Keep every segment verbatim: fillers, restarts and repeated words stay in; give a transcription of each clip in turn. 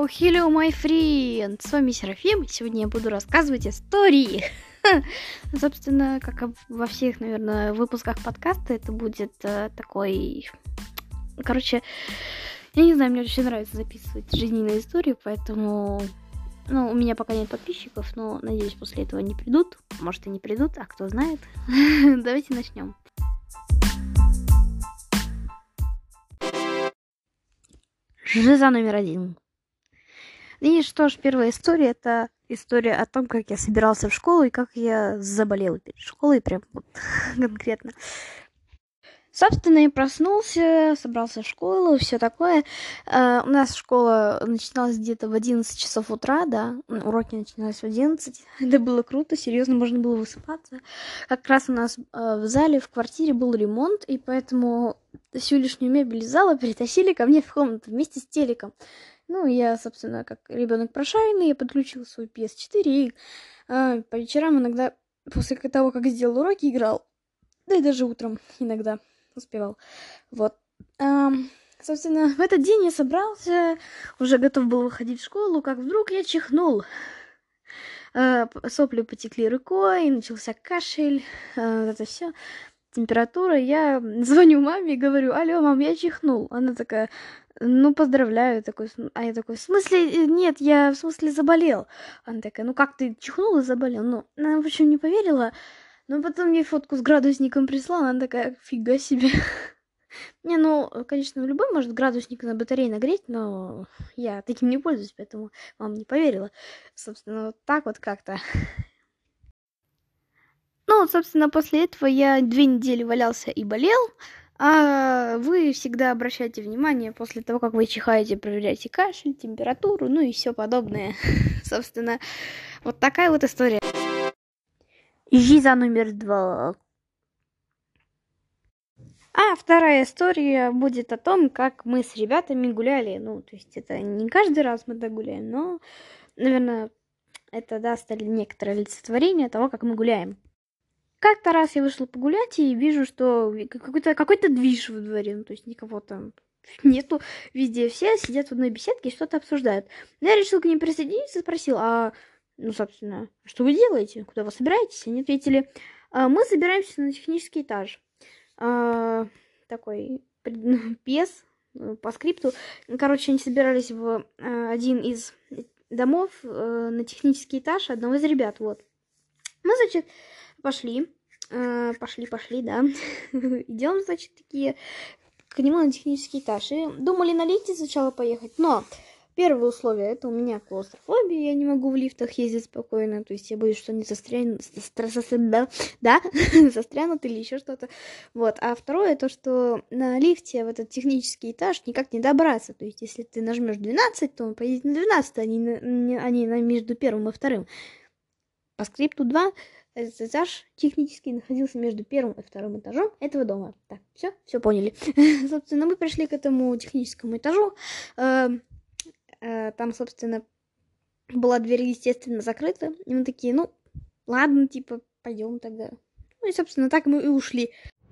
Hello, my friend! С вами Серафим. Сегодня я буду рассказывать истории. Собственно, как во всех, наверное, выпусках подкаста, это будет э, такой... Короче, я не знаю, мне очень нравится записывать жизненные истории, поэтому... Ну, у меня пока нет подписчиков, но, надеюсь, после этого не придут. Может, и не придут, а кто знает. Давайте начнем. Жиза номер один. И что ж, первая история — это история о том, как я собирался в школу и как я заболел перед школой, прям вот конкретно. Собственно, я проснулся, собрался в школу, все такое. Uh, у нас школа начиналась где-то в одиннадцать часов утра, да, уроки начинались в одиннадцать. Это было круто, серьезно, можно было высыпаться. Как раз у нас uh, в зале, в квартире был ремонт, и поэтому всю лишнюю мебель из зала перетащили ко мне в комнату вместе с телеком. Ну, я, собственно, как ребенок прошаренный, я подключил свой пи эс четыре и uh, по вечерам иногда, после того, как сделал уроки, играл. Да и даже утром иногда успевал. Вот. Um, собственно, в этот день я собрался, уже готов был выходить в школу, как вдруг я чихнул. Uh, сопли потекли рукой, начался кашель, uh, вот это все. Температура. Я звоню маме и говорю: алло, мам, я чихнул. Она такая: ну, поздравляю. Такой, а я такой: в смысле? Нет, я в смысле заболел. Она такая: ну, как ты чихнул и заболел? Ну, она вообще не поверила. Но потом мне фотку с градусником прислала, она такая: фига себе. Не, ну, конечно, любой может градусник на батарее нагреть, но я таким не пользуюсь, поэтому мама не поверила. Собственно, вот так вот как-то. Ну, вот, собственно, после этого я две недели валялся и болел. А вы всегда обращайте внимание после того, как вы чихаете, проверяйте кашель, температуру, ну и все подобное. Собственно, вот такая вот история. Жиза номер два. А вторая история будет о том, как мы с ребятами гуляли. Ну, то есть это не каждый раз мы так гуляем, но, наверное, это даст некоторое олицетворение того, как мы гуляем. Как-то раз я вышла погулять и вижу, что какой-то, какой-то движ во дворе, ну, то есть никого там нету, везде все сидят в одной беседке и что-то обсуждают. Я решила к ним присоединиться и спросила: а, ну, собственно, что вы делаете? Куда вы собираетесь? Они ответили: а, мы собираемся на технический этаж. А, такой пес по скрипту. Короче, они собирались в а, один из домов а, на технический этаж одного из ребят, вот. Мы, значит, пошли, э, пошли, пошли, да. Идем, значит, такие к нему на технический этаж. И думали на лифте сначала поехать, но первое условие — это у меня клаустрофобия, я не могу в лифтах ездить спокойно, то есть я боюсь, что они застрянут, да, да, застрянут или еще что-то. Вот. А второе — то, что на лифте в этот технический этаж никак не добраться, то есть если ты нажмешь двенадцать, то он поедет на двенадцать, а не на, а не на между первым и вторым. По скрипту два, этот этаж технически находился между первым и вторым этажом этого дома. Так, все, все поняли. Собственно, мы пришли к этому техническому этажу. Там, собственно, была дверь, естественно, закрыта. И мы такие: ну, ладно, типа, пойдем тогда. Ну и, собственно, так мы и ушли.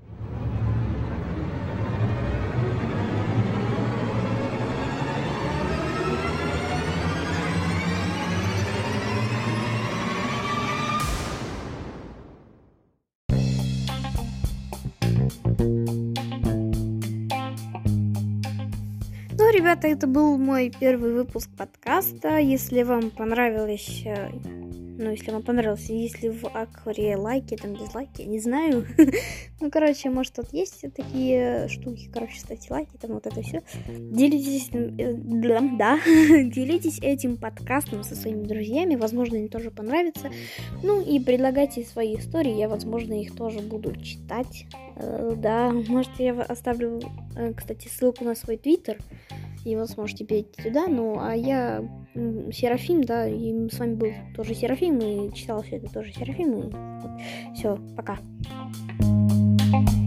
Ну, ребята, это был мой первый выпуск подкаста. Если вам понравилось, ну, если вам понравился, если в Акваре лайки, там дизлайки, я не знаю. Ну, короче, может, тут есть такие штуки. Короче, ставьте лайки, там вот это все. Делитесь, да, делитесь этим подкастом со своими друзьями. Возможно, им тоже понравится. Ну, и предлагайте свои истории. Я, возможно, их тоже буду читать. Да, может, я оставлю, кстати, ссылку на свой твиттер, и вы сможете перейти туда. Ну, а я Серафим, да, и с вами был тоже Серафим, и читал все это тоже Серафим, и вот. Все, пока.